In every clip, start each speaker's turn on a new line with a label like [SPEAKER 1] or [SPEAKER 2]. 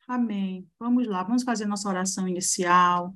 [SPEAKER 1] Amém. Vamos lá, vamos fazer nossa oração inicial.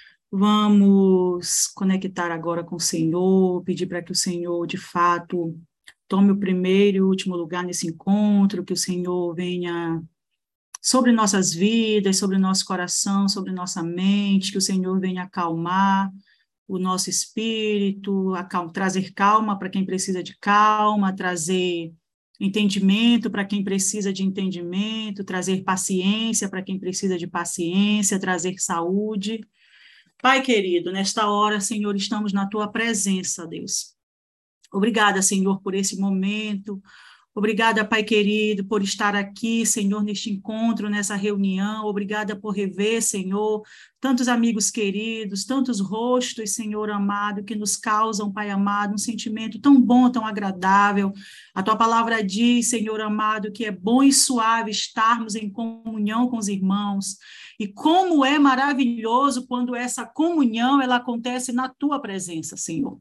[SPEAKER 1] Vamos conectar agora com o Senhor, pedir para que o Senhor, de fato, tome o primeiro e o último lugar nesse encontro, que o Senhor venha sobre nossas vidas, sobre nosso coração, sobre nossa mente, que o Senhor venha acalmar o nosso espírito, trazer calma para quem precisa de calma, trazer entendimento para quem precisa de entendimento, trazer paciência para quem precisa de paciência, trazer saúde. Pai querido, nesta hora, Senhor, estamos na tua presença, Deus. Obrigada, Senhor, por esse momento. Obrigada, Pai querido, por estar aqui, Senhor, neste encontro, nessa reunião. Obrigada por rever, Senhor, tantos amigos queridos, tantos rostos, Senhor amado, que nos causam, Pai amado, um sentimento tão bom, tão agradável. A tua palavra diz, Senhor amado, que é bom e suave estarmos em comunhão com os irmãos. E como é maravilhoso quando essa comunhão ela acontece na tua presença, Senhor.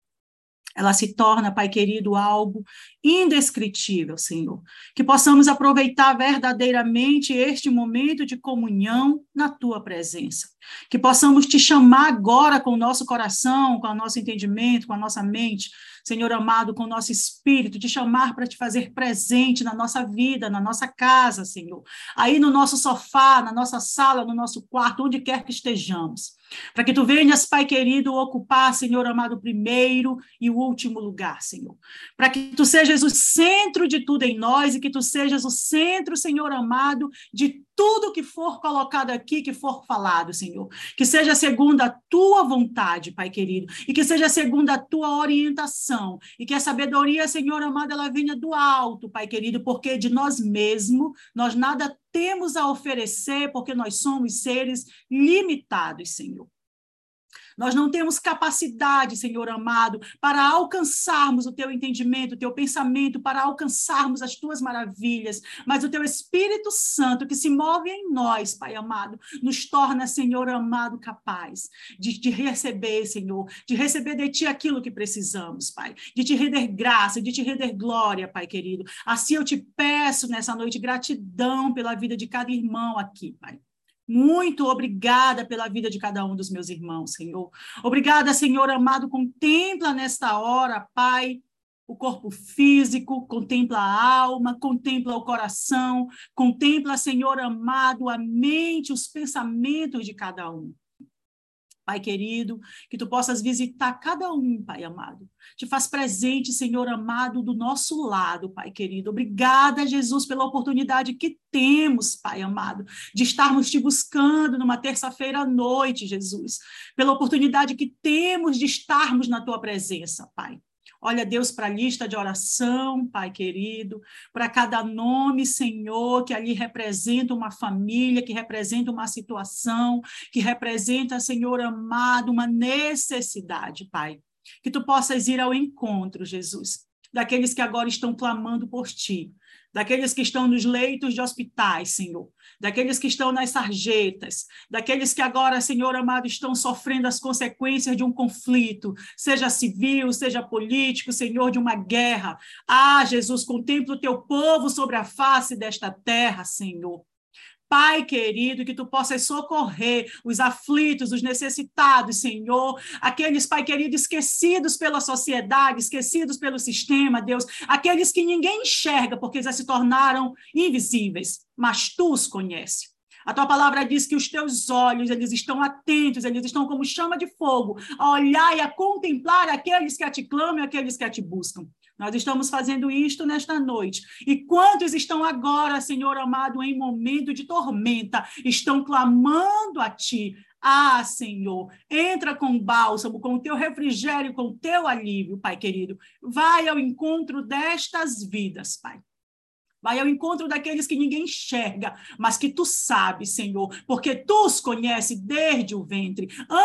[SPEAKER 1] Ela se torna, Pai querido, algo indescritível, Senhor. Que possamos aproveitar verdadeiramente este momento de comunhão na Tua presença. Que possamos Te chamar agora com o nosso coração, com o nosso entendimento, com a nossa mente, Senhor amado, com o nosso espírito, Te chamar para Te fazer presente na nossa vida, na nossa casa, Senhor. Aí no nosso sofá, na nossa sala, no nosso quarto, onde quer que estejamos. Para que Tu venhas, Pai querido, ocupar, Senhor amado, o primeiro e o último lugar, Senhor. Para que Tu sejas o centro de tudo em nós e que Tu sejas o centro, Senhor amado, de tudo que for colocado aqui, que for falado, Senhor. Que seja segundo a Tua vontade, Pai querido, e que seja segundo a Tua orientação, e que a sabedoria, Senhor amado, ela venha do alto, Pai querido, porque de nós mesmos, nós nada temos a oferecer, porque nós somos seres limitados, Senhor. Nós não temos capacidade, Senhor amado, para alcançarmos o Teu entendimento, o Teu pensamento, para alcançarmos as Tuas maravilhas, mas o Teu Espírito Santo que se move em nós, Pai amado, nos torna, Senhor amado, capaz de receber, Senhor, de receber de Ti aquilo que precisamos, Pai, de Te render graça, de Te render glória, Pai querido. Assim eu Te peço nessa noite gratidão pela vida de cada irmão aqui, Pai. Muito obrigada pela vida de cada um dos meus irmãos, Senhor. Obrigada, Senhor amado, contempla nesta hora, Pai, o corpo físico, contempla a alma, contempla o coração, contempla, Senhor amado, a mente, os pensamentos de cada um. Pai querido, que Tu possas visitar cada um, Pai amado. Te faz presente, Senhor amado, do nosso lado, Pai querido. Obrigada, Jesus, pela oportunidade que temos, Pai amado, de estarmos Te buscando numa terça-feira à noite, Jesus. Pela oportunidade que temos de estarmos na Tua presença, Pai. Olha, Deus, para a lista de oração, Pai querido, para cada nome, Senhor, que ali representa uma família, que representa uma situação, que representa, Senhor amado, uma necessidade, Pai. Que Tu possas ir ao encontro, Jesus, daqueles que agora estão clamando por Ti, daqueles que estão nos leitos de hospitais, Senhor, daqueles que estão nas sarjetas, daqueles que agora, Senhor amado, estão sofrendo as consequências de um conflito, seja civil, seja político, Senhor, de uma guerra. Ah, Jesus, contempla o Teu povo sobre a face desta terra, Senhor. Pai querido, que Tu possas socorrer os aflitos, os necessitados, Senhor, aqueles, Pai querido, esquecidos pela sociedade, esquecidos pelo sistema, Deus, aqueles que ninguém enxerga porque já se tornaram invisíveis, mas Tu os conheces. A Tua palavra diz que os Teus olhos, eles estão atentos, eles estão como chama de fogo, a olhar e a contemplar aqueles que a Te clamam e aqueles que a Te buscam. Nós estamos fazendo isto nesta noite. E quantos estão agora, Senhor amado, em momento de tormenta, estão clamando a Ti? Ah, Senhor, entra com bálsamo, com o Teu refrigério, com o Teu alívio, Pai querido. Vai ao encontro destas vidas, Pai. Vai ao encontro daqueles que ninguém enxerga, mas que Tu sabes, Senhor, porque Tu os conheces desde o ventre. Antes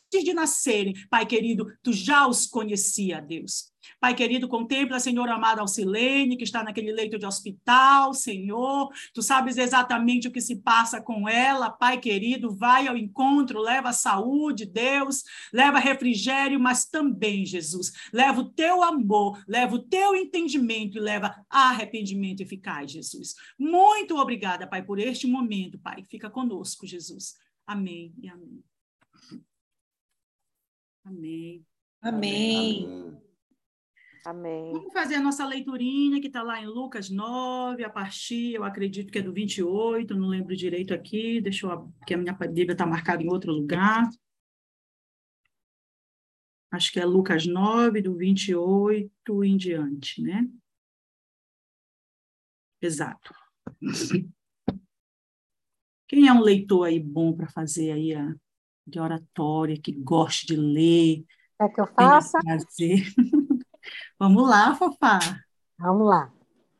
[SPEAKER 1] de nascerem, Pai querido, tu já os conhecia, Deus. Pai querido, contempla, Senhor amado, Alcilene, que está naquele leito de hospital, Senhor, tu sabes exatamente o que se passa com ela, Pai querido, vai ao encontro, leva saúde, Deus, leva refrigério, mas também, Jesus, leva o teu amor, leva o teu entendimento e leva arrependimento eficaz, Jesus. Muito obrigada, Pai, por este momento, Pai. Fica conosco, Jesus. Amém e amém. Amém.
[SPEAKER 2] Amém.
[SPEAKER 3] Amém.
[SPEAKER 1] Vamos fazer a nossa leiturinha, que está lá em Lucas 9, a partir, eu acredito que é do 28, não lembro direito aqui, porque a minha Bíblia está marcada em outro lugar. Acho que é Lucas 9, do 28 em diante, né? Exato. Quem é um leitor aí bom para fazer aí de oratória, que goste de ler,
[SPEAKER 3] Quer que eu
[SPEAKER 1] tenha
[SPEAKER 3] faça?
[SPEAKER 1] prazer? Vamos lá, Fofá.
[SPEAKER 3] Vamos lá.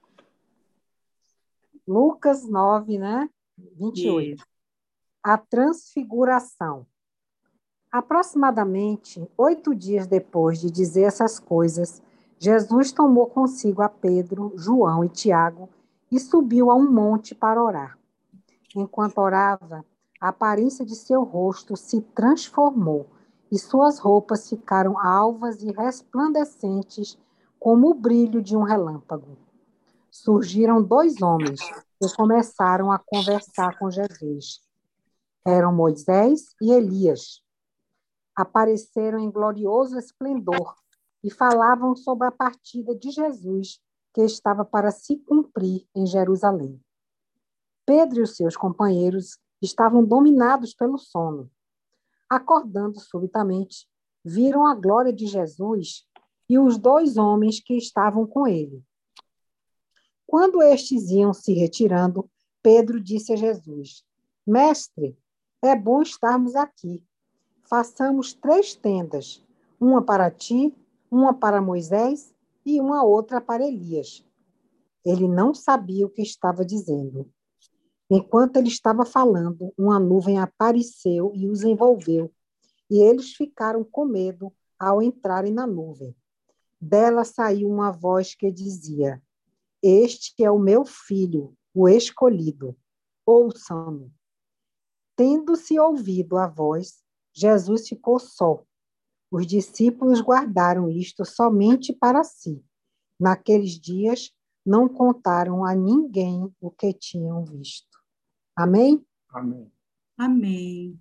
[SPEAKER 3] Lucas 9, né? 28.
[SPEAKER 1] Isso.
[SPEAKER 3] A transfiguração. Aproximadamente 8 dias depois de dizer essas coisas, Jesus tomou consigo a Pedro, João e Tiago e subiu a um monte para orar. Enquanto orava, a aparência de seu rosto se transformou e suas roupas ficaram alvas e resplandecentes como o brilho de um relâmpago. Surgiram 2 homens e começaram a conversar com Jesus. Eram Moisés e Elias. Apareceram em glorioso esplendor e falavam sobre a partida de Jesus, que estava para se cumprir em Jerusalém. Pedro e os seus companheiros estavam dominados pelo sono. Acordando subitamente, viram a glória de Jesus e os 2 homens que estavam com ele. Quando estes iam se retirando, Pedro disse a Jesus: Mestre, é bom estarmos aqui. Façamos 3 tendas, uma para ti, uma para Moisés e uma outra para Elias. Ele não sabia o que estava dizendo. Enquanto ele estava falando, uma nuvem apareceu e os envolveu, e eles ficaram com medo ao entrarem na nuvem. Dela saiu uma voz que dizia: Este é o meu filho, o escolhido. Ouçam-no. Tendo-se ouvido a voz, Jesus ficou só. Os discípulos guardaram isto somente para si. Naqueles dias, não contaram a ninguém o que tinham visto. Amém?
[SPEAKER 2] Amém.
[SPEAKER 1] Amém.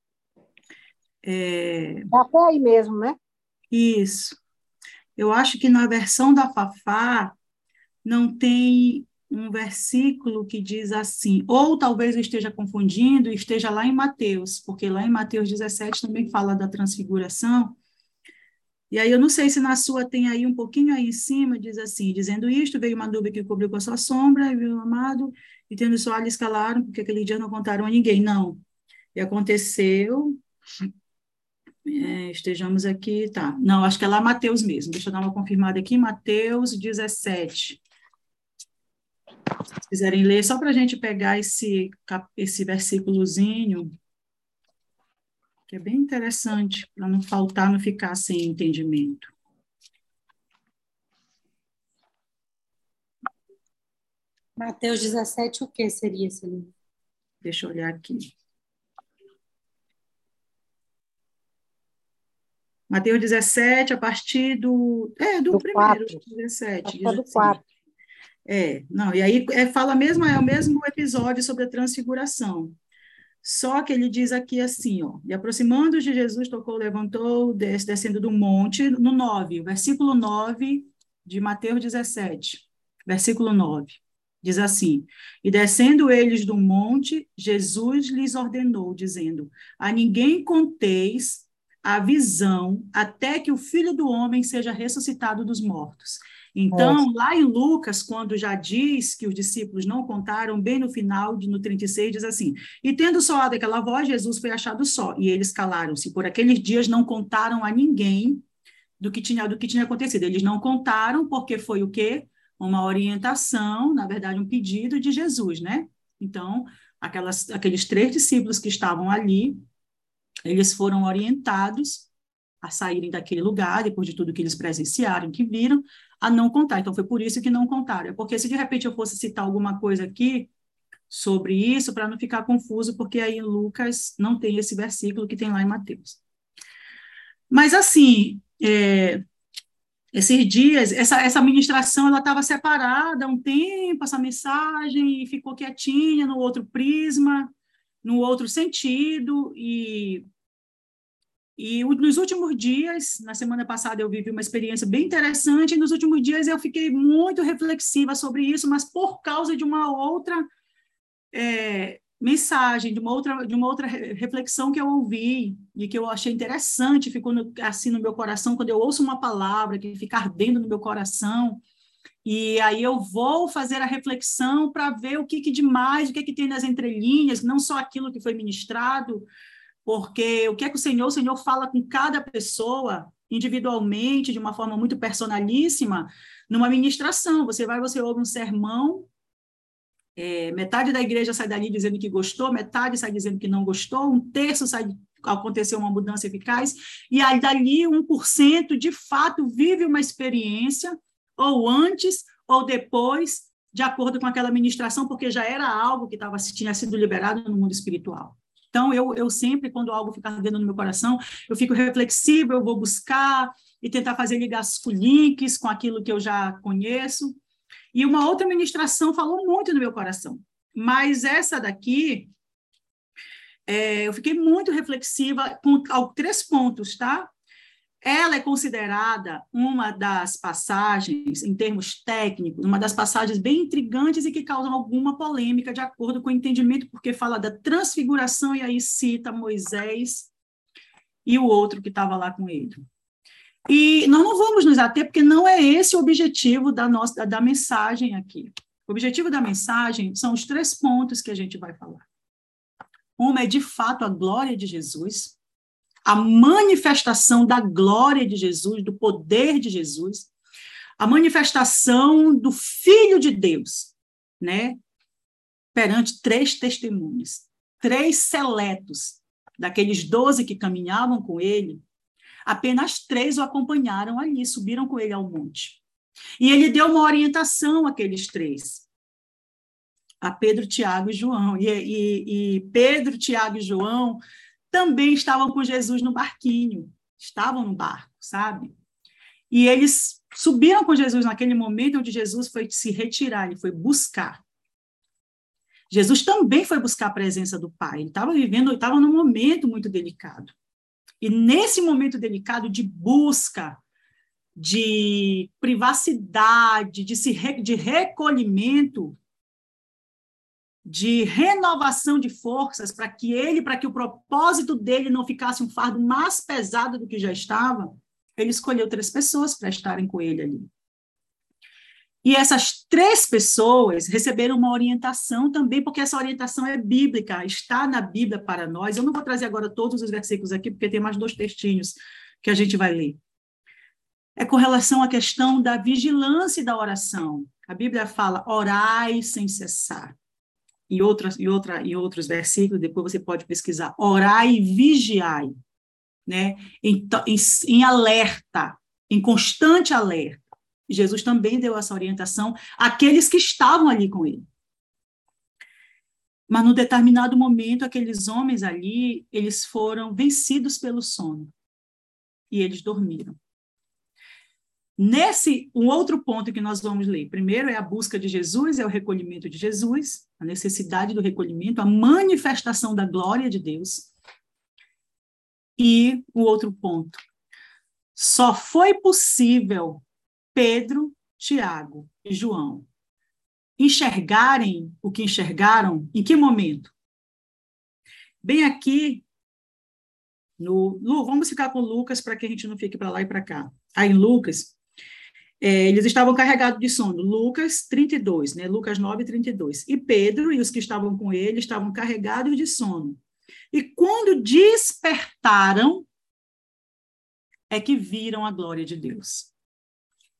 [SPEAKER 3] Até aí mesmo, né?
[SPEAKER 1] Isso. Eu acho que na versão da Fafá não tem um versículo que diz assim, ou talvez eu esteja confundindo e esteja lá em Mateus, porque lá em Mateus 17 também fala da transfiguração. E aí eu não sei se na sua tem aí um pouquinho aí em cima, diz assim, dizendo isto, veio uma nuvem que cobriu com a sua sombra, e viu o amado, e tendo só lhes calaram, porque aquele dia não contaram a ninguém. Não. E aconteceu, estejamos aqui, tá. Não, acho que é lá Mateus mesmo. Deixa eu dar uma confirmada aqui, Mateus 17. Se quiserem ler, só para a gente pegar esse versículozinho, que é bem interessante, para não faltar, não ficar sem entendimento.
[SPEAKER 2] Mateus 17, o que seria, Celina?
[SPEAKER 1] Deixa eu olhar aqui. Mateus 17, a partir do primeiro,
[SPEAKER 3] 4.
[SPEAKER 1] 17,
[SPEAKER 3] Acho que
[SPEAKER 1] diz
[SPEAKER 3] é do
[SPEAKER 1] assim.
[SPEAKER 3] 4.
[SPEAKER 1] Não, e aí fala mesmo, é o mesmo episódio sobre a transfiguração. Só que ele diz aqui assim, ó, e aproximando de Jesus, tocou, levantou, descendo do monte, no 9, versículo 9 de Mateus 17, versículo 9, diz assim, e descendo eles do monte, Jesus lhes ordenou, dizendo, a ninguém conteis a visão até que o Filho do Homem seja ressuscitado dos mortos. Então, lá em Lucas, quando já diz que os discípulos não contaram, bem no final, no 36, diz assim, e tendo soado aquela voz, Jesus foi achado só, e eles calaram-se. Por aqueles dias não contaram a ninguém do que tinha acontecido. Eles não contaram porque foi o quê? Uma orientação, na verdade, um pedido de Jesus, né? Então, aqueles 3 discípulos que estavam ali, eles foram orientados a saírem daquele lugar, depois de tudo que eles presenciaram, que viram, a não contar. Então, foi por isso que não contaram. Porque se de repente eu fosse citar alguma coisa aqui sobre isso, para não ficar confuso, porque aí em Lucas não tem esse versículo que tem lá em Mateus. Mas, assim, esses dias, essa ministração, ela estava separada há um tempo, essa mensagem, e ficou quietinha no outro prisma, no outro sentido, e nos últimos dias, na semana passada eu vivi uma experiência bem interessante, e nos últimos dias eu fiquei muito reflexiva sobre isso, mas por causa de uma outra mensagem, de uma outra reflexão que eu ouvi, e que eu achei interessante, ficou assim no meu coração, quando eu ouço uma palavra que fica ardendo no meu coração, e aí eu vou fazer a reflexão para ver o que de mais, o que tem nas entrelinhas, não só aquilo que foi ministrado, porque o que é que o Senhor fala com cada pessoa individualmente, de uma forma muito personalíssima, numa ministração. Você ouve um sermão, metade da igreja sai dali dizendo que gostou, metade sai dizendo que não gostou, um terço sai, aconteceu uma mudança eficaz, e aí dali 1% de fato vive uma experiência, ou antes ou depois, de acordo com aquela ministração, porque já era algo que tinha sido liberado no mundo espiritual. Então, eu sempre, quando algo fica ardendo no meu coração, eu fico reflexiva, eu vou buscar e tentar fazer ligações com links, com aquilo que eu já conheço. E uma outra ministração falou muito no meu coração. Mas essa daqui, eu fiquei muito reflexiva com 3 pontos, tá? Ela é considerada uma das passagens, em termos técnicos, uma das passagens bem intrigantes e que causam alguma polêmica, de acordo com o entendimento, porque fala da transfiguração, e aí cita Moisés e o outro que estava lá com ele. E nós não vamos nos ater, porque não é esse o objetivo da mensagem aqui. O objetivo da mensagem são os 3 pontos que a gente vai falar. Uma é, de fato, a glória de Jesus, a manifestação da glória de Jesus, do poder de Jesus, a manifestação do Filho de Deus, né? Perante 3 testemunhas, 3 seletos, daqueles 12 que caminhavam com ele, apenas 3 o acompanharam ali, subiram com ele ao monte. E ele deu uma orientação àqueles 3, a Pedro, Tiago e João. E Pedro, Tiago e João também estavam com Jesus no barquinho, estavam no barco, sabe? E eles subiram com Jesus naquele momento onde Jesus foi se retirar, ele foi buscar. Jesus também foi buscar a presença do Pai, ele estava num momento muito delicado. E nesse momento delicado de busca, de privacidade, de recolhimento, de renovação de forças para que o propósito dele não ficasse um fardo mais pesado do que já estava, ele escolheu 3 pessoas para estarem com ele ali. E essas 3 pessoas receberam uma orientação também, porque essa orientação é bíblica, está na Bíblia para nós. Eu não vou trazer agora todos os versículos aqui, porque tem mais 2 textinhos que a gente vai ler. É com relação à questão da vigilância e da oração. A Bíblia fala, orai sem cessar. Em outros versículos, depois você pode pesquisar, orai e vigiai, né? Em alerta, em constante alerta. Jesus também deu essa orientação àqueles que estavam ali com ele. Mas, num determinado momento, aqueles homens ali, eles foram vencidos pelo sono. E eles dormiram. Um outro ponto que nós vamos ler. Primeiro é a busca de Jesus, é o recolhimento de Jesus, a necessidade do recolhimento, a manifestação da glória de Deus. E o outro ponto. Só foi possível Pedro, Tiago e João enxergarem o que enxergaram em que momento? Bem aqui, vamos ficar com Lucas para que a gente não fique para lá e para cá. Aí em Lucas, eles estavam carregados de sono. Lucas 32, né? Lucas 9, 32. E Pedro e os que estavam com ele estavam carregados de sono. E quando despertaram, é que viram a glória de Deus.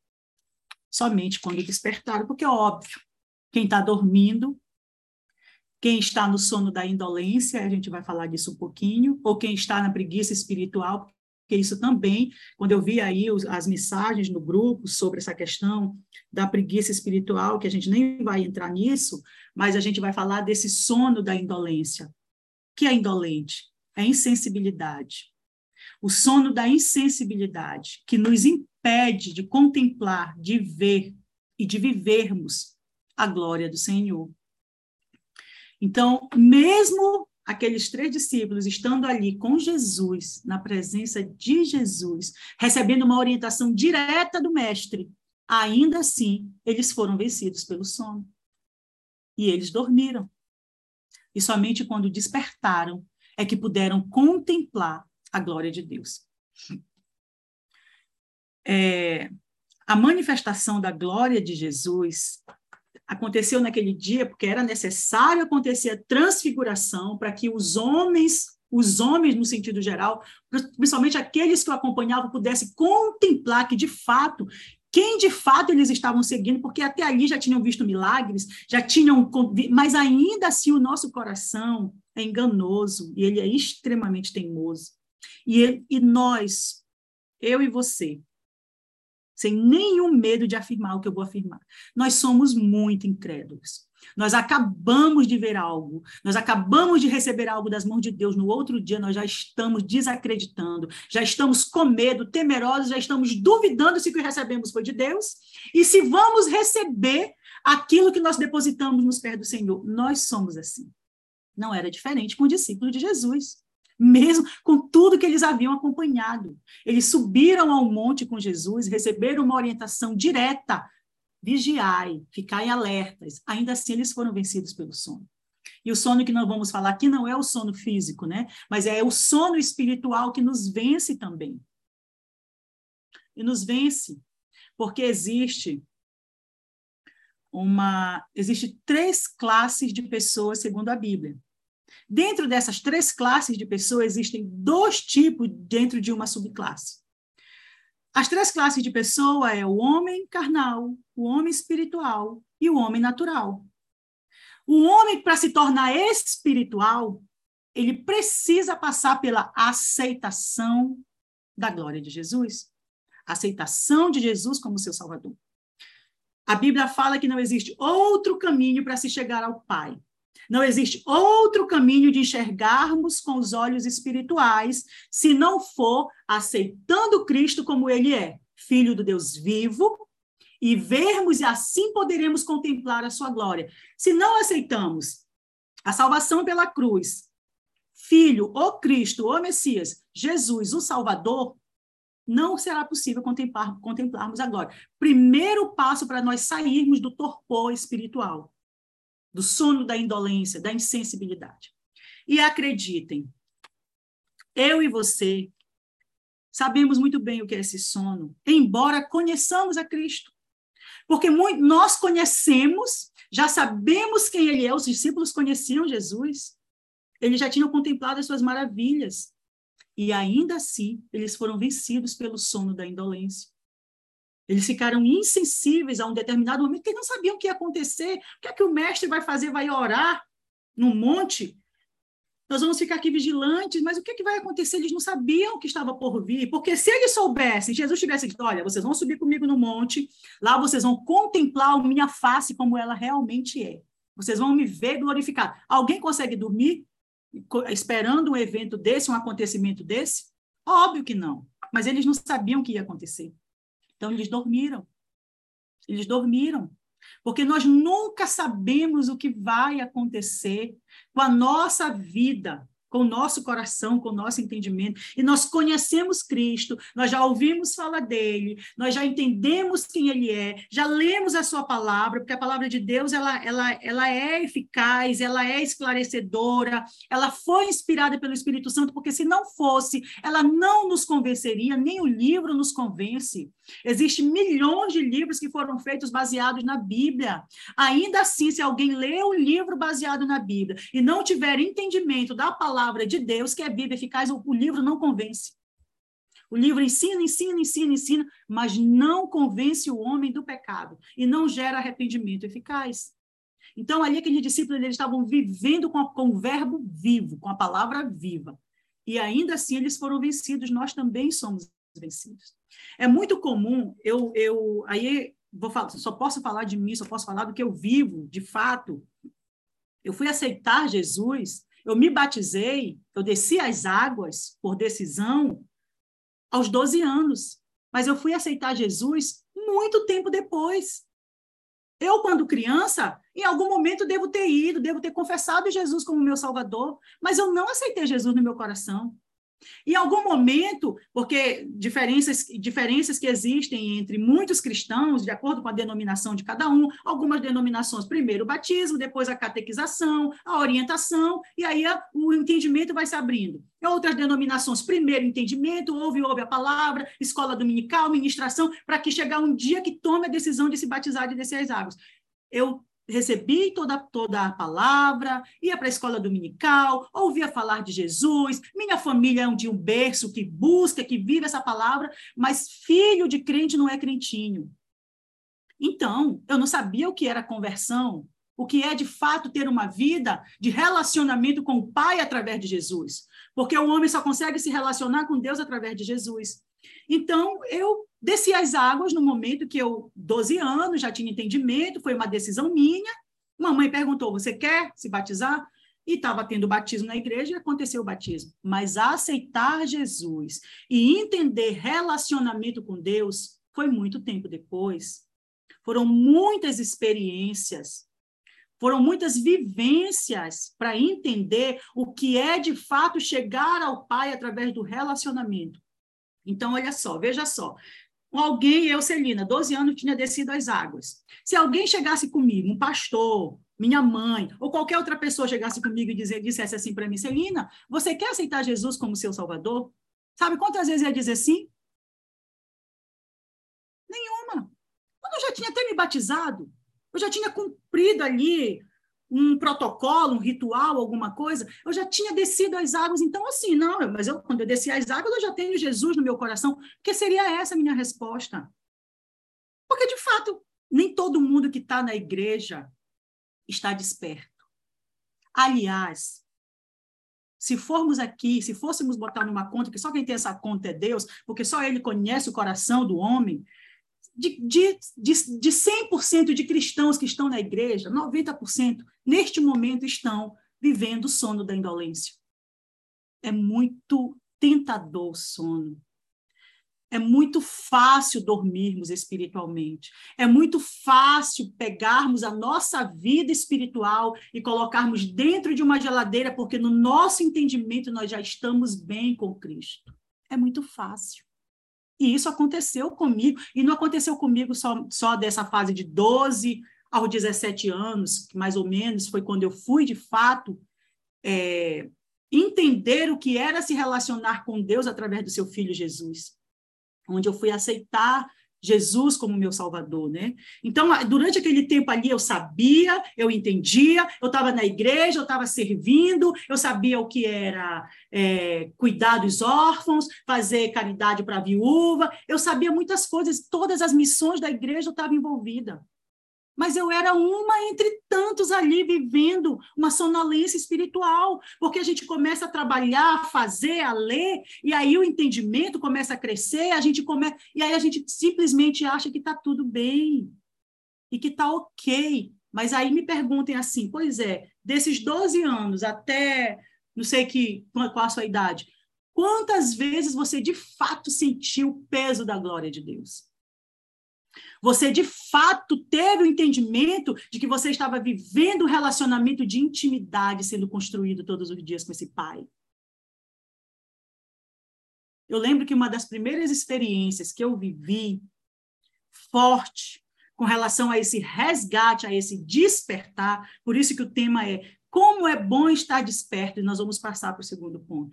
[SPEAKER 1] Somente quando despertaram, porque é óbvio, quem está dormindo quem está no sono da indolência, a gente vai falar disso um pouquinho, ou quem está na preguiça espiritual, porque isso também, quando eu vi aí as mensagens no grupo sobre essa questão da preguiça espiritual, que a gente nem vai entrar nisso, mas a gente vai falar desse sono da indolência. O que é indolente? É insensibilidade. O sono da insensibilidade, que nos impede de contemplar, de ver e de vivermos a glória do Senhor. Então, mesmo aqueles 3 discípulos estando ali com Jesus, na presença de Jesus, recebendo uma orientação direta do Mestre, ainda assim, eles foram vencidos pelo sono. E eles dormiram. E somente quando despertaram é que puderam contemplar a glória de Deus. A manifestação da glória de Jesus aconteceu naquele dia porque era necessário acontecer a transfiguração para que os homens no sentido geral, principalmente aqueles que o acompanhavam, pudessem contemplar que, de fato, quem de fato eles estavam seguindo, porque até ali já tinham visto milagres, mas ainda assim o nosso coração é enganoso e ele é extremamente teimoso. E nós, eu e você, sem nenhum medo de afirmar o que eu vou afirmar, nós somos muito incrédulos. Nós acabamos de ver algo, nós acabamos de receber algo das mãos de Deus, no outro dia nós já estamos desacreditando, já estamos com medo, temerosos, já estamos duvidando se o que recebemos foi de Deus, e se vamos receber aquilo que nós depositamos nos pés do Senhor. Nós somos assim. Não era diferente com o discípulo de Jesus. Mesmo com tudo que eles haviam acompanhado. Eles subiram ao monte com Jesus, receberam uma orientação direta, vigiai, ficai alertas. Ainda assim, eles foram vencidos pelo sono. E o sono que nós vamos falar aqui não é o sono físico, né? Mas é o sono espiritual que nos vence também. E nos vence, porque existe 3 classes de pessoas, segundo a Bíblia. Dentro dessas 3 classes de pessoas, existem 2 tipos dentro de uma subclasse. As 3 classes de pessoa é o homem carnal, o homem espiritual e o homem natural. O homem, para se tornar espiritual, ele precisa passar pela aceitação da glória de Jesus. Aceitação de Jesus como seu Salvador. A Bíblia fala que não existe outro caminho para se chegar ao Pai. Não existe outro caminho de enxergarmos com os olhos espirituais se não for aceitando Cristo como ele é, Filho do Deus vivo, e vermos e assim poderemos contemplar a sua glória. Se não aceitamos a salvação pela cruz, Filho, o Cristo, o Messias, Jesus, o Salvador, não será possível contemplarmos a glória. Primeiro passo para nós sairmos do torpor espiritual, do sono da indolência, da insensibilidade. E acreditem, eu e você sabemos muito bem o que é esse sono, embora conheçamos a Cristo. Porque nós conhecemos, já sabemos quem ele é, os discípulos conheciam Jesus, eles já tinham contemplado as suas maravilhas, e ainda assim eles foram vencidos pelo sono da indolência. Eles ficaram insensíveis a um determinado momento, porque eles não sabiam o que ia acontecer. O que é que o mestre vai fazer? Vai orar no monte? Nós vamos ficar aqui vigilantes, mas o que é que vai acontecer? Eles não sabiam o que estava por vir, porque se eles soubessem, Jesus tivesse dito, olha, vocês vão subir comigo no monte, lá vocês vão contemplar a minha face como ela realmente é. Vocês vão me ver glorificado. Alguém consegue dormir esperando um evento desse, um acontecimento desse? Óbvio que não. Mas eles não sabiam o que ia acontecer. Então, eles dormiram. Eles dormiram. Porque nós nunca sabemos o que vai acontecer com a nossa vida, com o nosso coração, com o nosso entendimento. E nós conhecemos Cristo, nós já ouvimos falar dele, nós já entendemos quem ele é, já lemos a sua palavra, porque a palavra de Deus ela é eficaz, ela é esclarecedora, ela foi inspirada pelo Espírito Santo, porque se não fosse, ela não nos convenceria, nem o livro nos convence. Existem milhões de livros que foram feitos baseados na Bíblia. Ainda assim, se alguém lê um livro baseado na Bíblia e não tiver entendimento da palavra de Deus, que é Bíblia eficaz, o livro não convence. O livro ensina, mas não convence o homem do pecado e não gera arrependimento eficaz. Então, ali aqueles discípulos, eles estavam vivendo com o verbo vivo, com a palavra viva. E ainda assim eles foram vencidos, nós também somos vencidos. É muito comum, aí vou falar, só posso falar de mim, só posso falar do que eu vivo, de fato. Eu fui aceitar Jesus, eu me batizei, eu desci as águas por decisão aos 12 anos, mas eu fui aceitar Jesus muito tempo depois. Eu, quando criança, em algum momento devo ter confessado Jesus como meu Salvador, mas eu não aceitei Jesus no meu coração. Em algum momento, porque diferenças que existem entre muitos cristãos, de acordo com a denominação de cada um, algumas denominações, primeiro o batismo, depois a catequização, a orientação, e aí o entendimento vai se abrindo. Em outras denominações, primeiro entendimento, ouve a palavra, escola dominical, ministração, para que chegar um dia que tome a decisão de se batizar, de descer as águas. Eu recebi toda a palavra, ia para a escola dominical, ouvia falar de Jesus, minha família é de um berço que busca, que vive essa palavra, mas filho de crente não é crentinho. Então, eu não sabia o que era conversão, o que é, de fato, ter uma vida de relacionamento com o Pai através de Jesus, porque o homem só consegue se relacionar com Deus através de Jesus. Então, eu desci as águas no momento que eu, 12 anos, já tinha entendimento, foi uma decisão minha. Mamãe perguntou, você quer se batizar? E estava tendo batismo na igreja e aconteceu o batismo. Mas aceitar Jesus e entender relacionamento com Deus foi muito tempo depois. Foram muitas experiências, foram muitas vivências para entender o que é, de fato, chegar ao Pai através do relacionamento. Então, olha só, veja só. Alguém, eu, Celina, 12 anos, tinha descido as águas. Se alguém chegasse comigo, um pastor, minha mãe, ou qualquer outra pessoa chegasse comigo e dissesse assim para mim, Celina, você quer aceitar Jesus como seu Salvador? Sabe quantas vezes eu ia dizer sim? Nenhuma. Quando eu já tinha até me batizado, eu já tinha cumprido ali um protocolo, um ritual, alguma coisa, eu já tinha descido as águas, então assim, não, mas quando eu desci as águas, eu já tenho Jesus no meu coração, porque seria essa a minha resposta. Porque, de fato, nem todo mundo que está na igreja está desperto. Aliás, se formos aqui, se fôssemos botar numa conta, que só quem tem essa conta é Deus, porque só Ele conhece o coração do homem, de 100% de cristãos que estão na igreja, 90% neste momento estão vivendo o sono da indolência. É muito tentador o sono. É muito fácil dormirmos espiritualmente. É muito fácil pegarmos a nossa vida espiritual e colocarmos dentro de uma geladeira, porque no nosso entendimento nós já estamos bem com Cristo. É muito fácil. E isso aconteceu comigo, e não aconteceu comigo só dessa fase de 12 aos 17 anos, que mais ou menos foi quando eu fui, de fato, entender o que era se relacionar com Deus através do seu Filho Jesus, onde eu fui aceitar Jesus como meu Salvador, né? Então, durante aquele tempo ali, eu sabia, eu entendia, eu estava na igreja, eu estava servindo, eu sabia o que era cuidar dos órfãos, fazer caridade para a viúva, eu sabia muitas coisas, todas as missões da igreja eu estava envolvida. Mas eu era uma entre tantos ali vivendo uma sonolência espiritual, porque a gente começa a trabalhar, a fazer, a ler, e aí o entendimento começa a crescer, e aí a gente simplesmente acha que está tudo bem, e que está ok. Mas aí me perguntem assim, pois desses 12 anos até, não sei qual a sua idade, quantas vezes você de fato sentiu o peso da glória de Deus? Você, de fato, teve o entendimento de que você estava vivendo um relacionamento de intimidade sendo construído todos os dias com esse Pai. Eu lembro que uma das primeiras experiências que eu vivi forte com relação a esse resgate, a esse despertar, por isso que o tema é como é bom estar desperto, e nós vamos passar para o segundo ponto.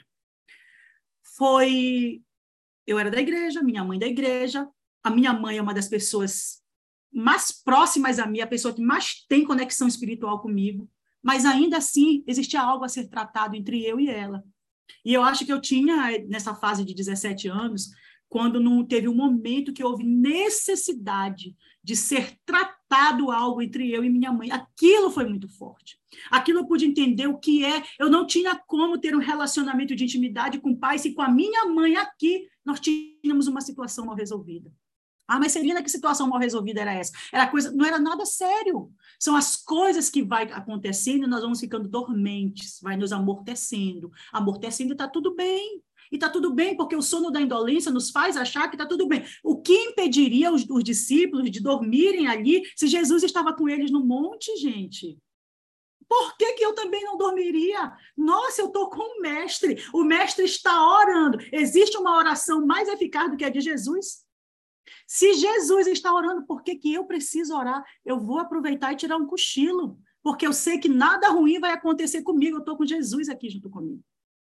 [SPEAKER 1] Eu era da igreja, minha mãe da igreja, a minha mãe é uma das pessoas mais próximas a mim, a pessoa que mais tem conexão espiritual comigo, mas ainda assim existia algo a ser tratado entre eu e ela. E eu acho que eu tinha, nessa fase de 17 anos, quando não teve um momento que houve necessidade de ser tratado despertado algo entre eu e minha mãe. Aquilo foi muito forte. Aquilo eu pude entender o que é. Eu não tinha como ter um relacionamento de intimidade com o pai se com a minha mãe aqui nós tínhamos uma situação mal resolvida. Ah, mas Celina, que situação mal resolvida era essa? Não era nada sério. São as coisas que vai acontecendo e nós vamos ficando dormentes, vai nos amortecendo. Amortecendo está tudo bem. E está tudo bem, porque o sono da indolência nos faz achar que está tudo bem. O que impediria os discípulos de dormirem ali se Jesus estava com eles no monte, gente? Por que eu também não dormiria? Nossa, eu estou com o mestre está orando. Existe uma oração mais eficaz do que a de Jesus? Se Jesus está orando, por que eu preciso orar? Eu vou aproveitar e tirar um cochilo, porque eu sei que nada ruim vai acontecer comigo, eu estou com Jesus aqui junto comigo.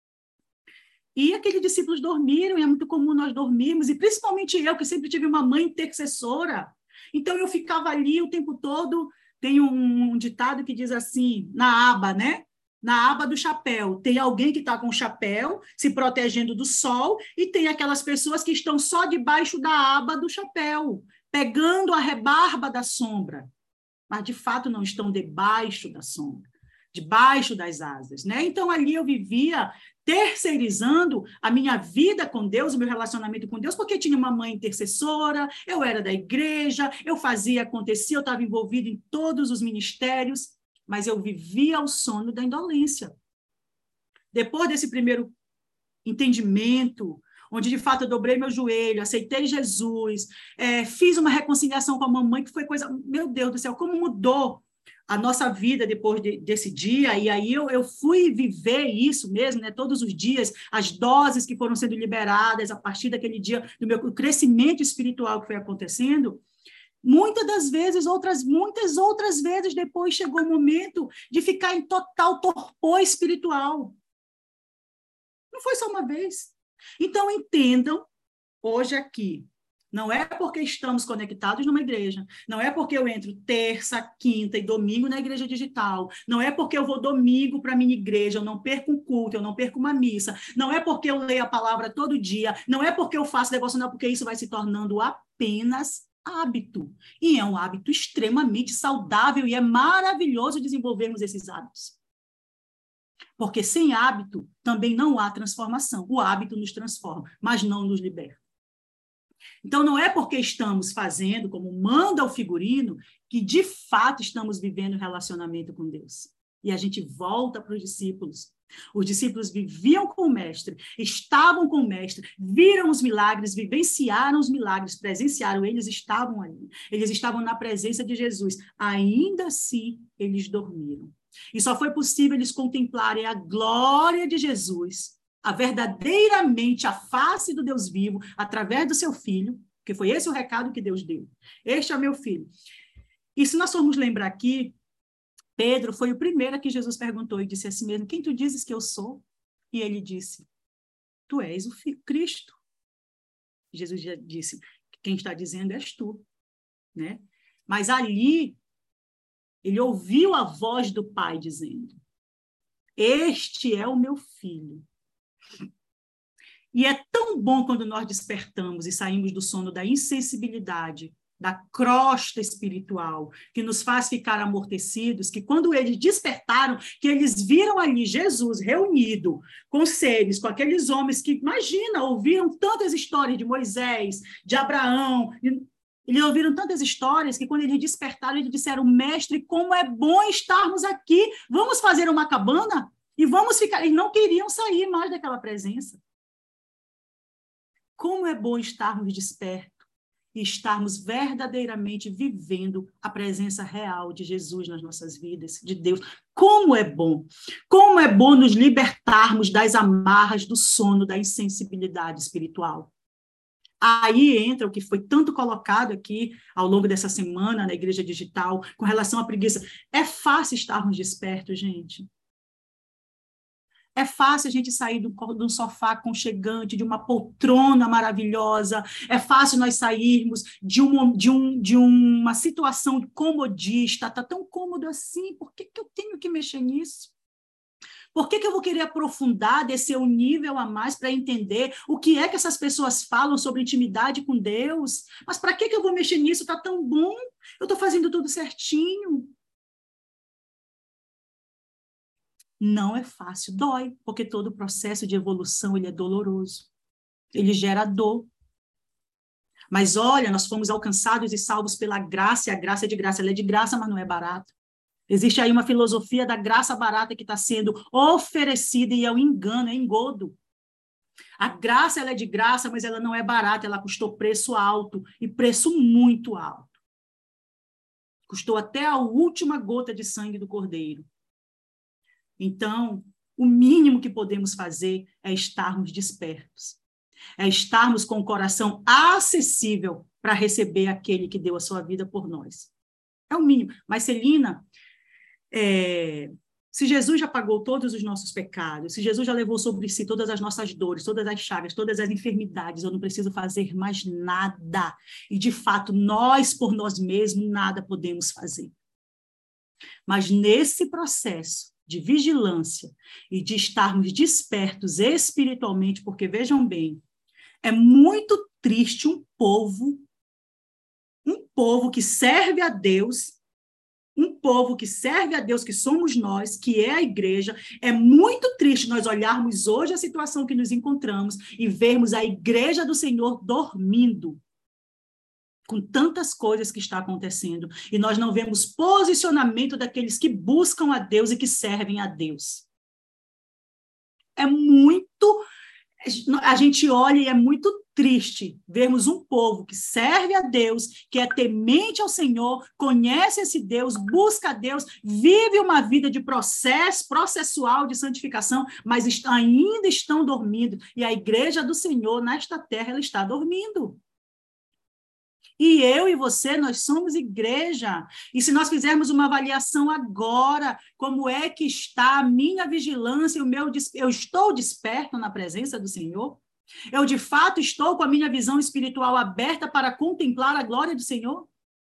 [SPEAKER 1] E aqueles discípulos dormiram, e é muito comum nós dormirmos, e principalmente eu, que sempre tive uma mãe intercessora. Então, eu ficava ali o tempo todo. Tem um ditado que diz assim, na aba, né? Na aba do chapéu. Tem alguém que está com o chapéu, se protegendo do sol, e tem aquelas pessoas que estão só debaixo da aba do chapéu, pegando a rebarba da sombra, mas, de fato, não estão debaixo da sombra, debaixo das asas, né? Então, ali eu vivia terceirizando a minha vida com Deus, o meu relacionamento com Deus, porque tinha uma mãe intercessora, eu era da igreja, eu fazia acontecer, eu estava envolvida em todos os ministérios, mas eu vivia o sono da indolência. Depois desse primeiro entendimento, onde, de fato, eu dobrei meu joelho, aceitei Jesus, fiz uma reconciliação com a mamãe, que foi coisa... Meu Deus do céu, como mudou a nossa vida depois desse dia, e aí eu fui viver isso mesmo, né? Todos os dias, as doses que foram sendo liberadas a partir daquele dia, do meu crescimento espiritual que foi acontecendo. Muitas das vezes, muitas outras vezes depois chegou o momento de ficar em total torpor espiritual. Não foi só uma vez. Então, entendam, hoje aqui, não é porque estamos conectados numa igreja, não é porque eu entro terça, quinta e domingo na igreja digital, não é porque eu vou domingo para a minha igreja, eu não perco um culto, eu não perco uma missa, não é porque eu leio a palavra todo dia, não é porque eu faço devocional, porque isso vai se tornando apenas hábito. E é um hábito extremamente saudável e é maravilhoso desenvolvermos esses hábitos. Porque sem hábito também não há transformação. O hábito nos transforma, mas não nos liberta. Então, não é porque estamos fazendo, como manda o figurino, que de fato estamos vivendo um relacionamento com Deus. E a gente volta para os discípulos. Os discípulos viviam com o mestre, estavam com o mestre, viram os milagres, vivenciaram os milagres, presenciaram, eles estavam ali. Eles estavam na presença de Jesus. Ainda assim, eles dormiram. E só foi possível eles contemplarem a glória de Jesus, verdadeiramente a face do Deus vivo, através do seu filho, que foi esse o recado que Deus deu. Este é o meu filho. E se nós formos lembrar aqui, Pedro foi o primeiro a que Jesus perguntou e disse assim mesmo, quem tu dizes que eu sou? E ele disse, tu és o Cristo. Jesus já disse, quem está dizendo és tu, né? Mas ali, ele ouviu a voz do Pai dizendo, este é o meu filho. E é tão bom quando nós despertamos e saímos do sono da insensibilidade, da crosta espiritual, que nos faz ficar amortecidos, que quando eles despertaram, que eles viram ali Jesus reunido com seres, com aqueles homens que, imagina, ouviram tantas histórias de Moisés, de Abraão, eles ouviram tantas histórias que quando eles despertaram, eles disseram, mestre, como é bom estarmos aqui, vamos fazer uma cabana e vamos ficar... Eles não queriam sair mais daquela presença. Como é bom estarmos despertos e estarmos verdadeiramente vivendo a presença real de Jesus nas nossas vidas, de Deus. Como é bom! Como é bom nos libertarmos das amarras do sono, da insensibilidade espiritual. Aí entra o que foi tanto colocado aqui ao longo dessa semana na Igreja Digital, com relação à preguiça. É fácil estarmos despertos, gente. É fácil a gente sair de um sofá aconchegante, de uma poltrona maravilhosa. É fácil nós sairmos de uma situação comodista. Está tão cômodo assim, por que eu tenho que mexer nisso? Por que eu vou querer aprofundar, descer um nível a mais para entender o que é que essas pessoas falam sobre intimidade com Deus? Mas para que eu vou mexer nisso? Está tão bom, eu estou fazendo tudo certinho. Não é fácil, dói, porque todo o processo de evolução ele é doloroso. Ele gera dor. Mas olha, nós fomos alcançados e salvos pela graça, e a graça é de graça. Ela é de graça, mas não é barata. Existe aí uma filosofia da graça barata que está sendo oferecida e é um engano, é engodo. A graça ela é de graça, mas ela não é barata, ela custou preço alto, e preço muito alto. Custou até a última gota de sangue do Cordeiro. Então, o mínimo que podemos fazer é estarmos despertos, é estarmos com o coração acessível para receber aquele que deu a sua vida por nós. É o mínimo. Mas, Celina, se Jesus já pagou todos os nossos pecados, se Jesus já levou sobre si todas as nossas dores, todas as chagas, todas as enfermidades, eu não preciso fazer mais nada. E, de fato, nós, por nós mesmos, nada podemos fazer. Mas nesse processo de vigilância e de estarmos despertos espiritualmente, porque, vejam bem, é muito triste um povo que serve a Deus, que somos nós, que é a igreja. É muito triste nós olharmos hoje a situação que nos encontramos e vermos a igreja do Senhor dormindo com tantas coisas que está acontecendo, e nós não vemos posicionamento daqueles que buscam a Deus e que servem a Deus. É muito... A gente olha e é muito triste vermos um povo que serve a Deus, que é temente ao Senhor, conhece esse Deus, busca a Deus, vive uma vida de processual de santificação, mas ainda estão dormindo. E a igreja do Senhor, nesta terra, ela está dormindo. E eu e você, nós somos igreja. E se nós fizermos uma avaliação agora, como é que está a minha vigilância, eu estou desperto na presença do Senhor? Eu, de fato, estou com a minha visão espiritual aberta para contemplar a glória do Senhor?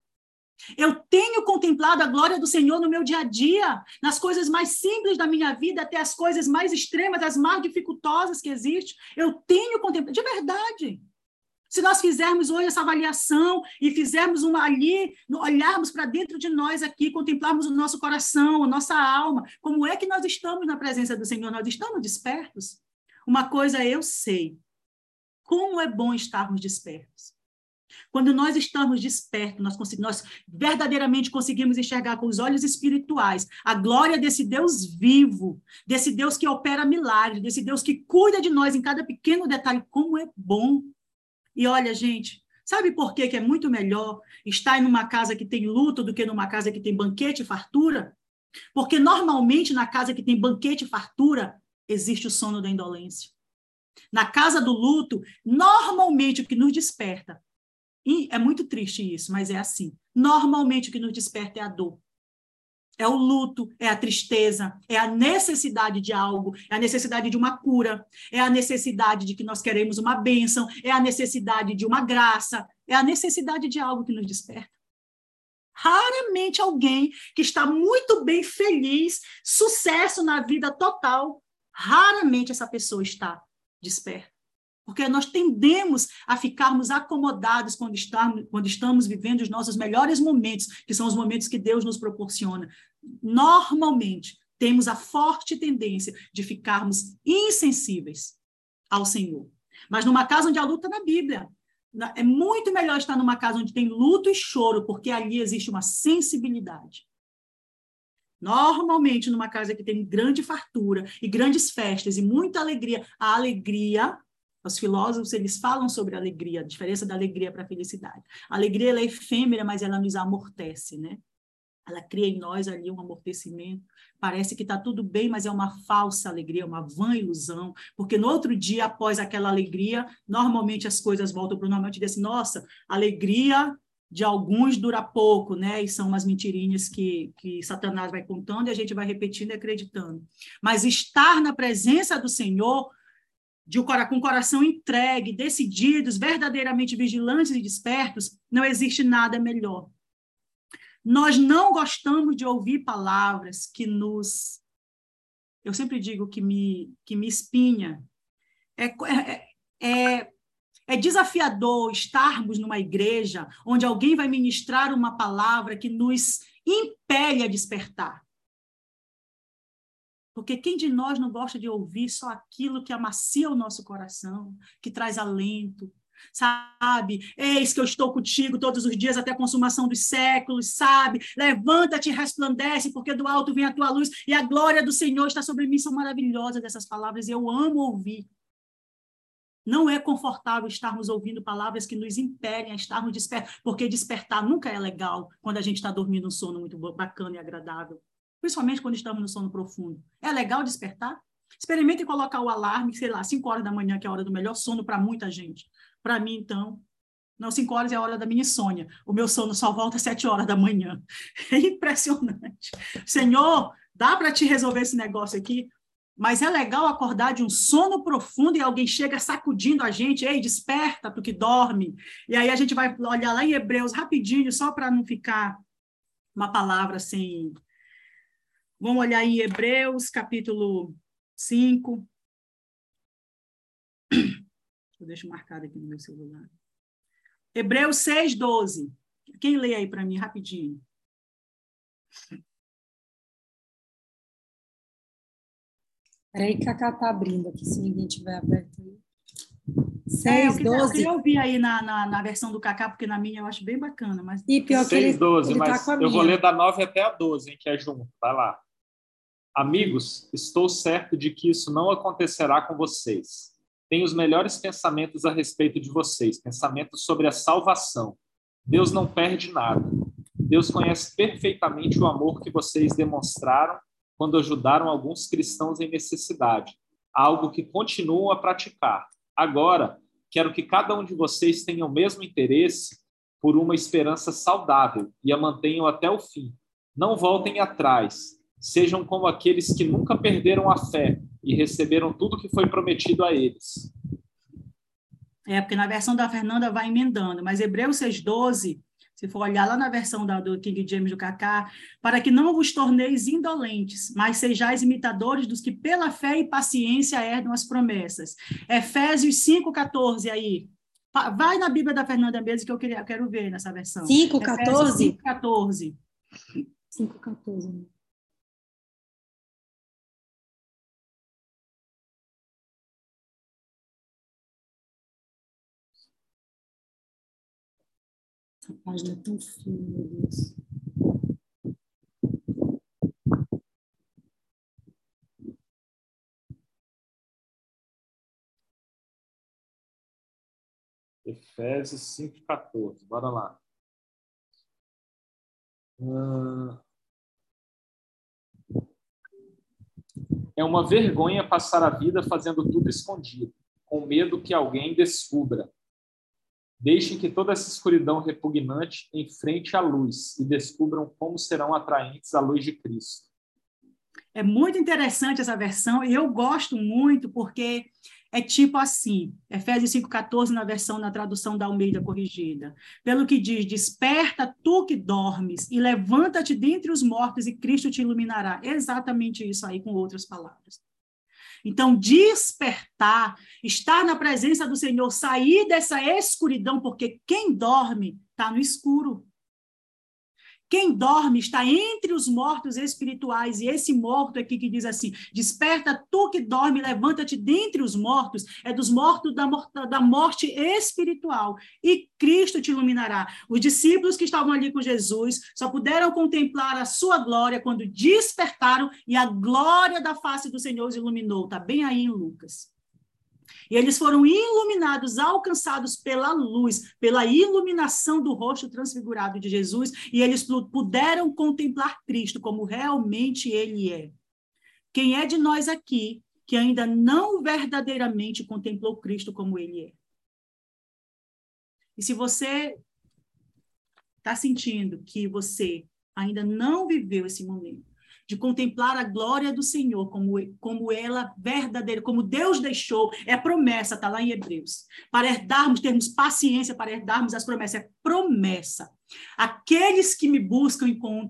[SPEAKER 1] Eu tenho contemplado a glória do Senhor no meu dia a dia, nas coisas mais simples da minha vida, até as coisas mais extremas, as mais dificultosas que existem. Eu tenho contemplado, de verdade. Se nós fizermos hoje essa avaliação e fizermos uma ali, olharmos para dentro de nós aqui, contemplarmos o nosso coração, a nossa alma, como é que nós estamos na presença do Senhor? Nós estamos despertos? Uma coisa eu sei, como é bom estarmos despertos. Quando nós estamos despertos, nós verdadeiramente conseguimos enxergar com os olhos espirituais a glória desse Deus vivo, desse Deus que opera milagres, desse Deus que cuida de nós em cada pequeno detalhe, como é bom. E olha, gente, sabe por que é muito melhor estar em uma casa que tem luto do que numa casa que tem banquete e fartura? Porque normalmente na casa que tem banquete e fartura existe o sono da indolência. Na casa do luto, normalmente o que nos desperta, e é muito triste isso, mas é assim, normalmente o que nos desperta é a dor. É o luto, é a tristeza, é a necessidade de algo, é a necessidade de uma cura, é a necessidade de que nós queremos uma bênção, é a necessidade de uma graça, é a necessidade de algo que nos desperta. Raramente alguém que está muito bem, feliz, sucesso na vida total, raramente essa pessoa está desperta. Porque nós tendemos a ficarmos acomodados quando estamos vivendo os nossos melhores momentos, que são os momentos que Deus nos proporciona. Normalmente, temos a forte tendência de ficarmos insensíveis ao Senhor. Mas numa casa onde há luta na Bíblia, é muito melhor estar numa casa onde tem luto e choro, porque ali existe uma sensibilidade. Normalmente, numa casa que tem grande fartura e grandes festas e muita alegria, a alegria... Os filósofos, eles falam sobre a alegria, a diferença da alegria para a felicidade. A alegria, ela é efêmera, mas ela nos amortece, né? Ela cria em nós ali um amortecimento. Parece que está tudo bem, mas é uma falsa alegria, uma vã ilusão, porque no outro dia, após aquela alegria, normalmente as coisas voltam para o normal. A gente diz assim, nossa, a alegria de alguns dura pouco, né? E são umas mentirinhas que Satanás vai contando e a gente vai repetindo e acreditando. Mas estar na presença do Senhor, com o coração entregue, decididos, verdadeiramente vigilantes e despertos, não existe nada melhor. Nós não gostamos de ouvir palavras que nos eu sempre digo que me espinha, é desafiador estarmos numa igreja onde alguém vai ministrar uma palavra que nos impele a despertar. Porque quem de nós não gosta de ouvir só aquilo que amacia o nosso coração, que traz alento, sabe? Eis que eu estou contigo todos os dias até a consumação dos séculos, sabe? Levanta-te e resplandece, porque do alto vem a tua luz e a glória do Senhor está sobre mim. São maravilhosas essas palavras e eu amo ouvir. Não é confortável estarmos ouvindo palavras que nos impelem a estarmos despertos, porque despertar nunca é legal quando a gente está dormindo um sono muito bacana e agradável. Principalmente quando estamos no sono profundo. É legal despertar? Experimente colocar o alarme, sei lá, 5 horas da manhã, que é a hora do melhor sono para muita gente. Para mim, então, não, 5 horas é a hora da minha insônia. O meu sono só volta às 7 horas da manhã. É impressionante. Senhor, dá para te resolver esse negócio aqui? Mas é legal acordar de um sono profundo e alguém chega sacudindo a gente, ei, desperta, tu que dorme. E aí a gente vai olhar lá em Hebreus rapidinho, só para não ficar uma palavra sem... Vamos olhar em Hebreus, capítulo 5. Eu deixo marcado aqui no meu celular. Hebreus 6:12. Quem lê aí para mim, rapidinho?
[SPEAKER 2] Peraí que a Cacá está abrindo aqui, se ninguém tiver aberto aí.
[SPEAKER 1] Eu queria ouvir aí na versão do Cacá, porque na minha eu acho bem bacana. Mas...
[SPEAKER 2] E pior que ele
[SPEAKER 4] 6:12,
[SPEAKER 2] tá com a
[SPEAKER 4] eu
[SPEAKER 2] minha.
[SPEAKER 4] vou ler da 9 até a 12, hein, que é junto. Vai lá. Amigos, estou certo de que isso não acontecerá com vocês. Tenho os melhores pensamentos a respeito de vocês, pensamentos sobre a salvação. Deus não perde nada. Deus conhece perfeitamente o amor que vocês demonstraram quando ajudaram alguns cristãos em necessidade, algo que continuam a praticar. Agora, quero que cada um de vocês tenha o mesmo interesse por uma esperança saudável e a mantenham até o fim. Não voltem atrás. Sejam como aqueles que nunca perderam a fé e receberam tudo que foi prometido a eles.
[SPEAKER 1] Porque na versão da Fernanda vai emendando, mas Hebreus 6:12, se for olhar lá na versão do King James do Cacá, para que não vos torneis indolentes, mas sejais imitadores dos que pela fé e paciência herdam as promessas. Efésios 5:14 aí. Vai na Bíblia da Fernanda mesmo, que eu quero ver nessa versão.
[SPEAKER 2] 5:14?
[SPEAKER 1] 5:14.
[SPEAKER 2] 5:14. Essa página é tão fina, meu Deus.
[SPEAKER 4] Efésios 5:14. Bora lá. É uma vergonha passar a vida fazendo tudo escondido, com medo que alguém descubra. Deixem que toda essa escuridão repugnante enfrente a luz e descubram como serão atraentes à luz de Cristo.
[SPEAKER 1] É muito interessante essa versão e eu gosto muito porque é tipo assim, Efésios 5:14 na tradução da Almeida corrigida. Pelo que diz, desperta tu que dormes e levanta-te dentre os mortos e Cristo te iluminará. Exatamente isso aí com outras palavras. Então, despertar, estar na presença do Senhor, sair dessa escuridão, porque quem dorme está no escuro. Quem dorme está entre os mortos espirituais, e esse morto aqui que diz assim, desperta tu que dorme, levanta-te dentre os mortos, é dos mortos da morte espiritual, e Cristo te iluminará. Os discípulos que estavam ali com Jesus só puderam contemplar a sua glória quando despertaram, e a glória da face do Senhor os iluminou, está bem aí em Lucas. E eles foram iluminados, alcançados pela luz, pela iluminação do rosto transfigurado de Jesus, e eles puderam contemplar Cristo como realmente ele é. Quem é de nós aqui que ainda não verdadeiramente contemplou Cristo como ele é? E se você está sentindo que você ainda não viveu esse momento, de contemplar a glória do Senhor como ela verdadeira, como Deus deixou, é promessa, está lá em Hebreus, para herdarmos, termos paciência para herdarmos as promessas, é promessa. Aqueles que me buscam encontram,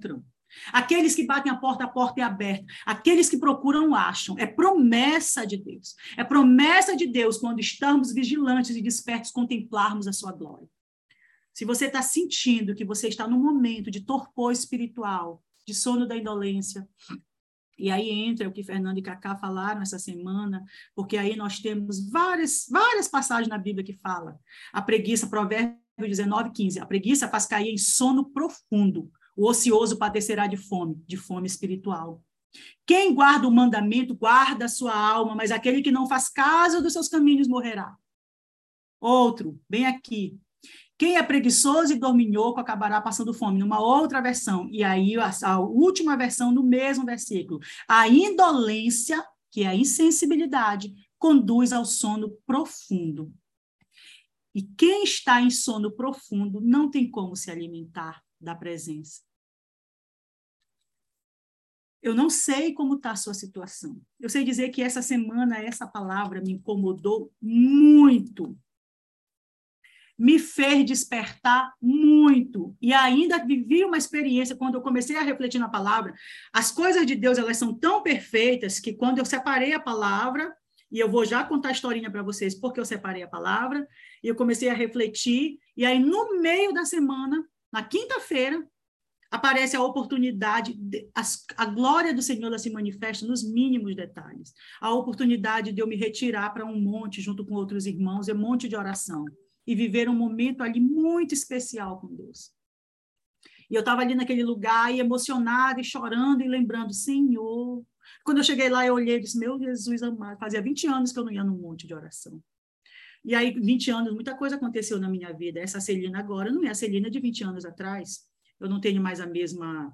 [SPEAKER 1] Aqueles que batem a porta é aberta. Aqueles que procuram, acham. É promessa de Deus. É promessa de Deus, quando estamos vigilantes e despertos, contemplarmos a sua glória. Se você está sentindo que você está num momento de torpor espiritual, de sono da indolência, e aí entra o que Fernando e Cacá falaram essa semana, porque aí nós temos várias passagens na Bíblia que falam. A preguiça, Provérbios 19:15, a preguiça faz cair em sono profundo. O ocioso padecerá de fome espiritual. Quem guarda o mandamento, guarda a sua alma, mas aquele que não faz caso dos seus caminhos morrerá. Outro, bem aqui. Quem é preguiçoso e dorminhoco acabará passando fome, numa outra versão. E aí, a última versão, no mesmo versículo. A indolência, que é a insensibilidade, conduz ao sono profundo. E quem está em sono profundo não tem como se alimentar da presença. Eu não sei como está a sua situação. Eu sei dizer que essa semana, essa palavra me incomodou muito. Me fez despertar muito. E ainda vivi uma experiência, quando eu comecei a refletir na palavra, as coisas de Deus, elas são tão perfeitas, que quando eu separei a palavra, e eu vou já contar a historinha para vocês, porque eu separei a palavra, e eu comecei a refletir, e aí no meio da semana, na quinta-feira, aparece a oportunidade, a glória do Senhor ela se manifesta nos mínimos detalhes. A oportunidade de eu me retirar para um monte, junto com outros irmãos, um monte de oração. E viver um momento ali muito especial com Deus. E eu estava ali naquele lugar, e emocionada, e chorando, e lembrando, Senhor. Quando eu cheguei lá, eu olhei e disse, meu Jesus amado, fazia 20 anos que eu não ia num monte de oração. E aí, 20 anos, muita coisa aconteceu na minha vida. Essa Celina agora não é a Celina de 20 anos atrás. Eu não tenho mais a mesma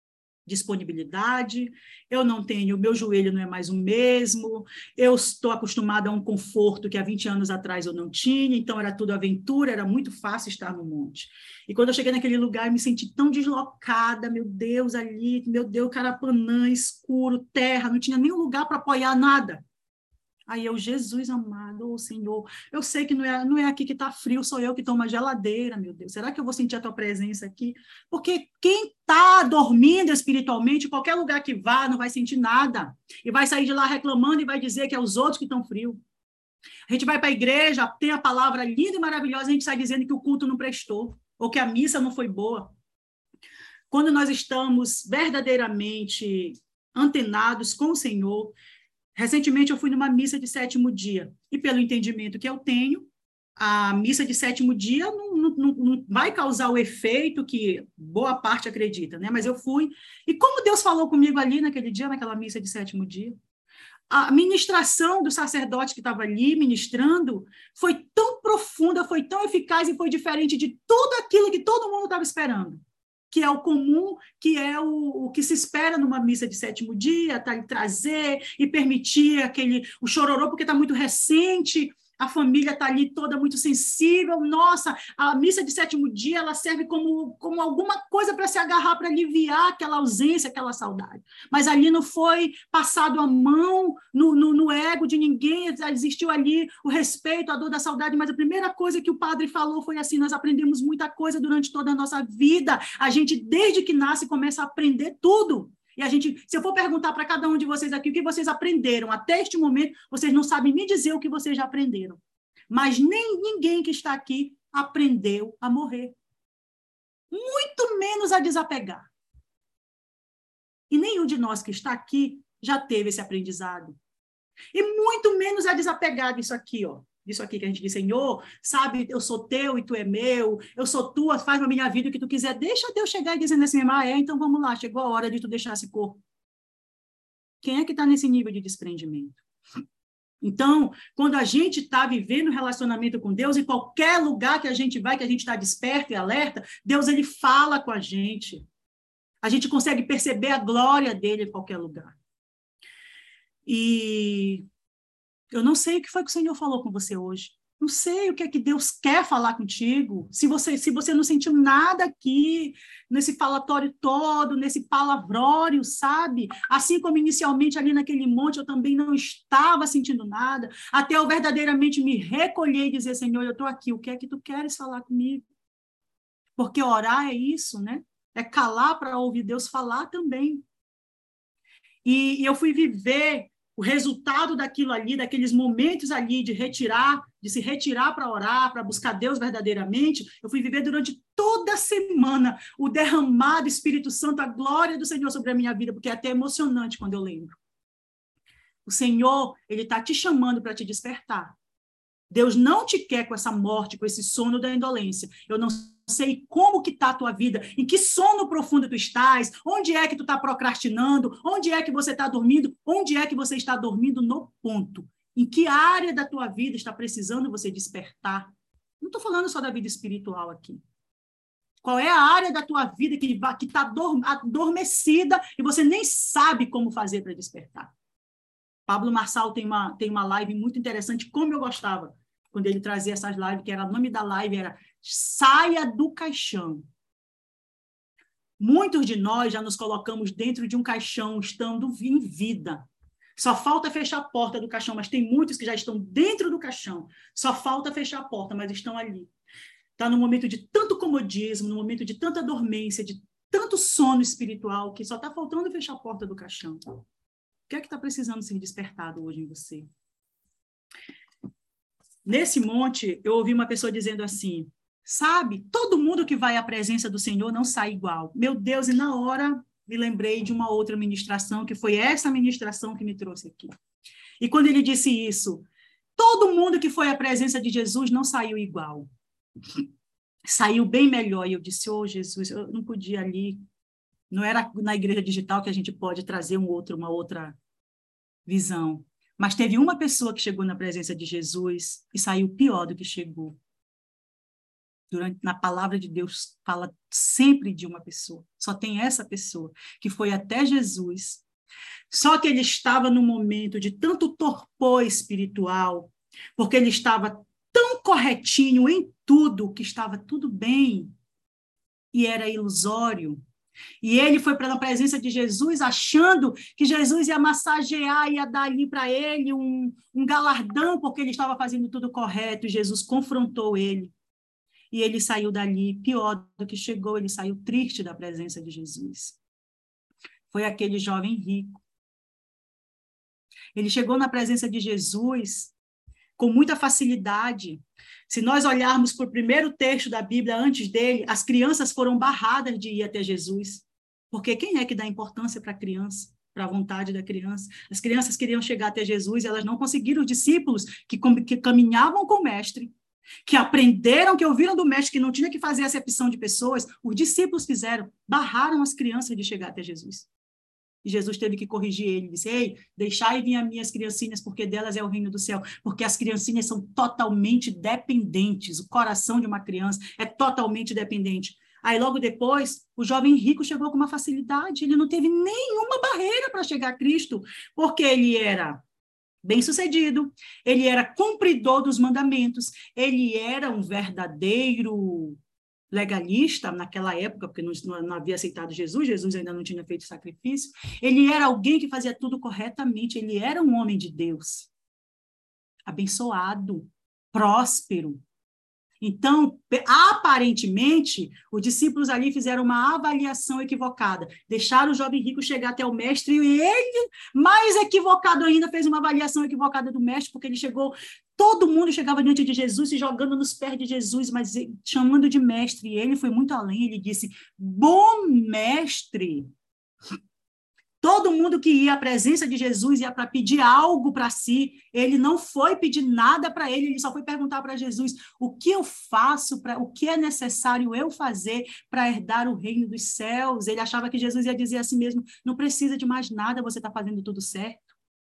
[SPEAKER 1] disponibilidade, eu não tenho, meu joelho não é mais o mesmo, eu estou acostumada a um conforto que há 20 anos atrás eu não tinha, então era tudo aventura, era muito fácil estar no monte. E quando eu cheguei naquele lugar, eu me senti tão deslocada, meu Deus, ali, meu Deus, Carapanã, escuro, terra, não tinha nenhum lugar para apoiar nada. Aí eu, Jesus amado, oh, Senhor, eu sei que não é aqui que está frio, sou eu que estou uma geladeira, meu Deus. Será que eu vou sentir a tua presença aqui? Porque quem está dormindo espiritualmente, qualquer lugar que vá, não vai sentir nada. E vai sair de lá reclamando e vai dizer que é os outros que estão frios. A gente vai para a igreja, tem a palavra linda e maravilhosa, a gente sai dizendo que o culto não prestou, ou que a missa não foi boa. Quando nós estamos verdadeiramente antenados com o Senhor. Recentemente eu fui numa missa de 7º dia, e pelo entendimento que eu tenho, a missa de 7º dia não vai causar o efeito que boa parte acredita, né? Mas eu fui, e como Deus falou comigo ali naquele dia, naquela missa de 7º dia, a ministração do sacerdote que estava ali ministrando foi tão profunda, foi tão eficaz e foi diferente de tudo aquilo que todo mundo estava esperando. Que é o comum, que é o que se espera numa missa de 7º dia, trazer e permitir o chororô, porque está muito recente, a família está ali toda muito sensível. Nossa, a missa de 7º dia ela serve como alguma coisa para se agarrar, para aliviar aquela ausência, aquela saudade. Mas ali não foi passado a mão no ego de ninguém, existiu ali o respeito, a dor da saudade, mas a primeira coisa que o padre falou foi assim, nós aprendemos muita coisa durante toda a nossa vida, a gente desde que nasce começa a aprender tudo. E a gente, se eu for perguntar para cada um de vocês aqui o que vocês aprenderam até este momento, vocês não sabem me dizer o que vocês já aprenderam. Mas nem ninguém que está aqui aprendeu a morrer. Muito menos a desapegar. E nenhum de nós que está aqui já teve esse aprendizado. E muito menos a desapegar disso aqui, ó. Disso aqui que a gente diz, Senhor, sabe, eu sou teu e tu é meu, eu sou tua, faz na minha vida o que tu quiser. Deixa Deus chegar e dizendo assim, então vamos lá, chegou a hora de tu deixar esse corpo. Quem é que está nesse nível de desprendimento? Então, quando a gente está vivendo um relacionamento com Deus, em qualquer lugar que a gente vai, que a gente está desperto e alerta, Deus ele fala com a gente. A gente consegue perceber a glória dele em qualquer lugar. E eu não sei o que foi que o Senhor falou com você hoje. Não sei o que é que Deus quer falar contigo. Se você não sentiu nada aqui, nesse falatório todo, nesse palavrório, sabe? Assim como inicialmente ali naquele monte eu também não estava sentindo nada, até eu verdadeiramente me recolher e dizer, Senhor, eu estou aqui, o que é que tu queres falar comigo? Porque orar é isso, né? é calar para ouvir Deus falar também. E eu fui viver o resultado daquilo ali, daqueles momentos ali de se retirar para orar, para buscar Deus verdadeiramente. Eu fui viver durante toda a semana o derramado Espírito Santo, a glória do Senhor sobre a minha vida, porque é até emocionante quando eu lembro. O Senhor, ele está te chamando para te despertar. Deus não te quer com essa morte, com esse sono da indolência. Eu não sei como que está a tua vida, em que sono profundo tu estás, onde é que tu está procrastinando, onde é que você está dormindo, onde é que você está dormindo no ponto. Em que área da tua vida está precisando você despertar? Não estou falando só da vida espiritual aqui. Qual é a área da tua vida que está adormecida e você nem sabe como fazer para despertar? Pablo Marçal tem uma live muito interessante, como eu gostava, quando ele trazia essas lives, que era o nome da live era Saia do Caixão. Muitos de nós já nos colocamos dentro de um caixão, estando em vida. Só falta fechar a porta do caixão, mas tem muitos que já estão dentro do caixão. Só falta fechar a porta, mas estão ali. Está num momento de tanto comodismo, num momento de tanta dormência, de tanto sono espiritual, que só está faltando fechar a porta do caixão. O que é que está precisando ser despertado hoje em você? Nesse monte, eu ouvi uma pessoa dizendo assim, sabe, todo mundo que vai à presença do Senhor não sai igual. Meu Deus, e na hora me lembrei de uma outra ministração, que foi essa ministração que me trouxe aqui. E quando ele disse isso, todo mundo que foi à presença de Jesus não saiu igual. Saiu bem melhor. E eu disse, Jesus, eu não podia ali. Não era na igreja digital que a gente pode trazer uma outra visão. Mas teve uma pessoa que chegou na presença de Jesus e saiu pior do que chegou. Na palavra de Deus, fala sempre de uma pessoa. Só tem essa pessoa que foi até Jesus. Só que ele estava num momento de tanto torpor espiritual, porque ele estava tão corretinho em tudo, que estava tudo bem, e era ilusório. E ele foi para a presença de Jesus achando que Jesus ia massagear, ia dar ali para ele um galardão, porque ele estava fazendo tudo correto, e Jesus confrontou ele. E ele saiu dali, pior do que chegou, ele saiu triste da presença de Jesus. Foi aquele jovem rico. Ele chegou na presença de Jesus com muita facilidade. Se nós olharmos para o primeiro texto da Bíblia antes dele, as crianças foram barradas de ir até Jesus. Porque quem é que dá importância para a criança, para a vontade da criança? As crianças queriam chegar até Jesus e elas não conseguiram. Os discípulos que caminhavam com o mestre, que aprenderam, que ouviram do mestre que não tinha que fazer acepção de pessoas, os discípulos fizeram, barraram as crianças de chegar até Jesus. E Jesus teve que corrigir ele, disse, ei, deixai vir as minhas criancinhas, porque delas é o reino do céu, porque as criancinhas são totalmente dependentes, o coração de uma criança é totalmente dependente. Aí, logo depois, o jovem rico chegou com uma facilidade, ele não teve nenhuma barreira para chegar a Cristo, porque ele era bem-sucedido, ele era cumpridor dos mandamentos, ele era um verdadeiro legalista naquela época, porque não havia aceitado Jesus, Jesus ainda não tinha feito sacrifício, ele era alguém que fazia tudo corretamente, ele era um homem de Deus, abençoado, próspero. Então, aparentemente, os discípulos ali fizeram uma avaliação equivocada, deixaram o jovem rico chegar até o mestre e ele, mais equivocado ainda, fez uma avaliação equivocada do mestre, porque ele chegou, todo mundo chegava diante de Jesus se jogando nos pés de Jesus, mas chamando de mestre, e ele foi muito além, ele disse, bom mestre. Todo mundo que ia à presença de Jesus ia para pedir algo para si, ele não foi pedir nada para ele só foi perguntar para Jesus, o que eu faço, o que é necessário eu fazer para herdar o reino dos céus? Ele achava que Jesus ia dizer a si mesmo, não precisa de mais nada, você está fazendo tudo certo.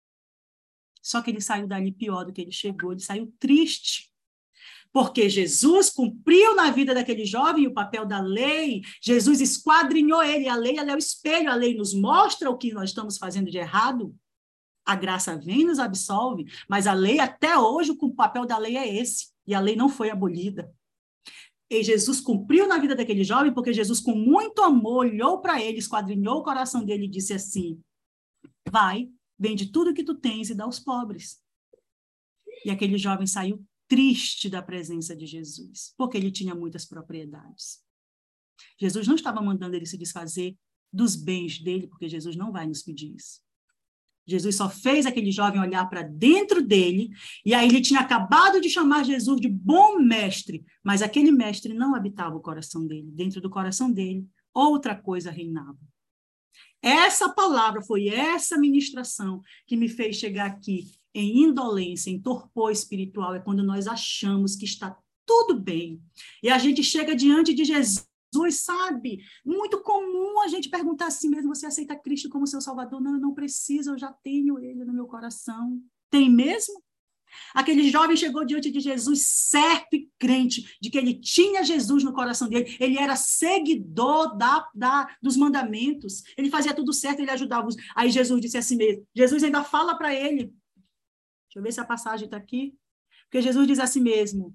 [SPEAKER 1] Só que ele saiu dali pior do que ele chegou, ele saiu triste. Porque Jesus cumpriu na vida daquele jovem o papel da lei, Jesus esquadrinhou ele, a lei é o espelho, a lei nos mostra o que nós estamos fazendo de errado, a graça vem e nos absolve, mas a lei até hoje, o papel da lei é esse, e a lei não foi abolida. E Jesus cumpriu na vida daquele jovem, porque Jesus com muito amor olhou para ele, esquadrinhou o coração dele e disse assim, vai, vende tudo que tu tens e dá aos pobres. E aquele jovem saiu triste da presença de Jesus, porque ele tinha muitas propriedades. Jesus não estava mandando ele se desfazer dos bens dele, porque Jesus não vai nos pedir isso. Jesus só fez aquele jovem olhar para dentro dele, e aí ele tinha acabado de chamar Jesus de bom mestre, mas aquele mestre não habitava o coração dele. Dentro do coração dele, outra coisa reinava. Essa palavra foi essa ministração que me fez chegar aqui em indolência, em torpor espiritual, é quando nós achamos que está tudo bem. E a gente chega diante de Jesus, sabe? Muito comum a gente perguntar assim mesmo, você aceita Cristo como seu Salvador? Não, eu não preciso, eu já tenho Ele no meu coração. Tem mesmo? Aquele jovem chegou diante de Jesus certo e crente de que ele tinha Jesus no coração dele, ele era seguidor dos mandamentos, ele fazia tudo certo, ele ajudava os... Aí Jesus disse assim mesmo, Jesus ainda fala para ele, deixa eu ver se a passagem está aqui, porque Jesus diz assim mesmo,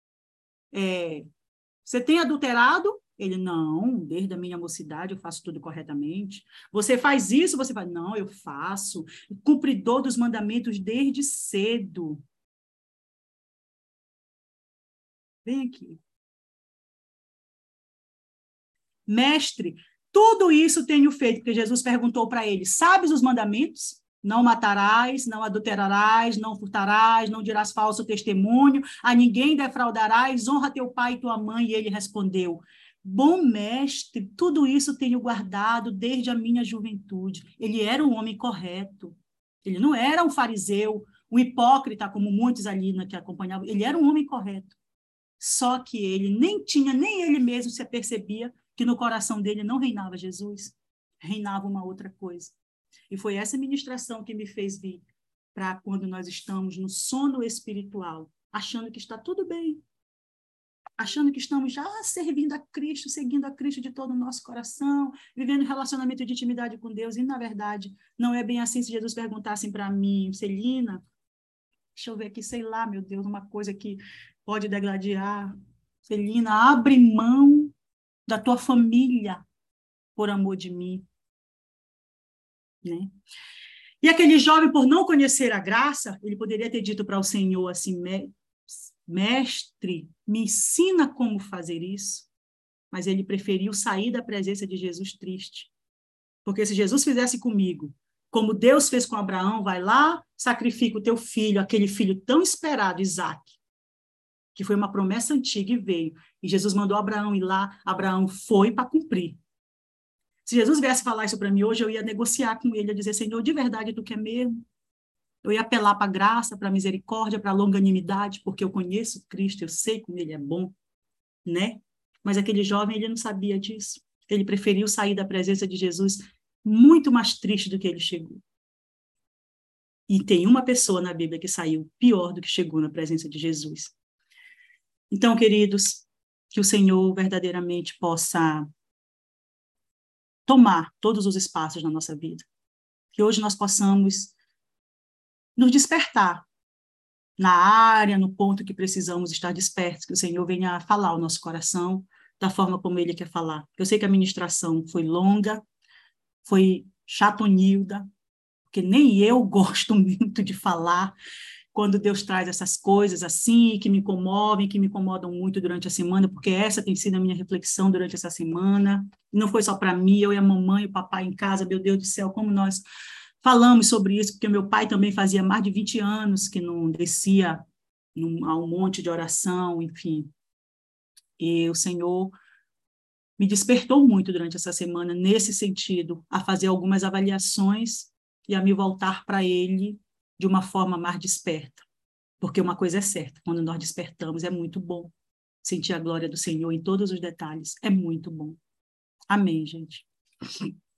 [SPEAKER 1] você tem adulterado? Ele, não, desde a minha mocidade eu faço tudo corretamente. Você faz isso? Você faz, não, eu faço. Cumpridor dos mandamentos desde cedo. Vem aqui. Mestre, tudo isso tenho feito, porque Jesus perguntou para ele, sabes os mandamentos? Não matarás, não adulterarás, não furtarás, não dirás falso testemunho, a ninguém defraudarás, honra teu pai e tua mãe. E ele respondeu, bom mestre, tudo isso tenho guardado desde a minha juventude. Ele era um homem correto. Ele não era um fariseu, um hipócrita, como muitos ali que acompanhavam. Ele era um homem correto. Só que ele nem ele mesmo se apercebia que no coração dele não reinava Jesus, reinava uma outra coisa. E foi essa ministração que me fez vir para quando nós estamos no sono espiritual, achando que está tudo bem, achando que estamos já servindo a Cristo, seguindo a Cristo de todo o nosso coração, vivendo um relacionamento de intimidade com Deus, e na verdade não é bem assim. Se Jesus perguntasse para mim, Celina, deixa eu ver aqui, sei lá, meu Deus, uma coisa que pode degladiar, Celina, abre mão da tua família por amor de mim, né? E aquele jovem, por não conhecer a graça, ele poderia ter dito para o Senhor assim, mestre, me ensina como fazer isso, mas ele preferiu sair da presença de Jesus triste, porque se Jesus fizesse comigo, como Deus fez com Abraão, vai lá, sacrifica o teu filho, aquele filho tão esperado, Isaque, que foi uma promessa antiga e veio, e Jesus mandou Abraão ir lá, Abraão foi para cumprir. Se Jesus viesse falar isso para mim hoje, eu ia negociar com ele, ia dizer, Senhor, de verdade tu quer mesmo? Eu ia apelar para a graça, para a misericórdia, para a longanimidade, porque eu conheço Cristo, eu sei como ele é bom, né? Mas aquele jovem, ele não sabia disso. Ele preferiu sair da presença de Jesus muito mais triste do que ele chegou. E tem uma pessoa na Bíblia que saiu pior do que chegou na presença de Jesus. Então, queridos, que o Senhor verdadeiramente possa tomar todos os espaços na nossa vida. Que hoje nós possamos nos despertar na área, no ponto que precisamos estar despertos, que o Senhor venha falar ao nosso coração da forma como Ele quer falar. Eu sei que a ministração foi longa, foi chatonilda, porque nem eu gosto muito de falar quando Deus traz essas coisas assim, que me comovem, que me incomodam muito durante a semana, porque essa tem sido a minha reflexão durante essa semana. Não foi só para mim, eu e a mamãe e o papai em casa, meu Deus do céu, como nós falamos sobre isso, porque meu pai também fazia mais de 20 anos que não descia a um monte de oração, enfim. E o Senhor me despertou muito durante essa semana, nesse sentido, a fazer algumas avaliações e a me voltar para Ele de uma forma mais desperta. Porque uma coisa é certa, quando nós despertamos, é muito bom sentir a glória do Senhor em todos os detalhes. É muito bom. Amém, gente.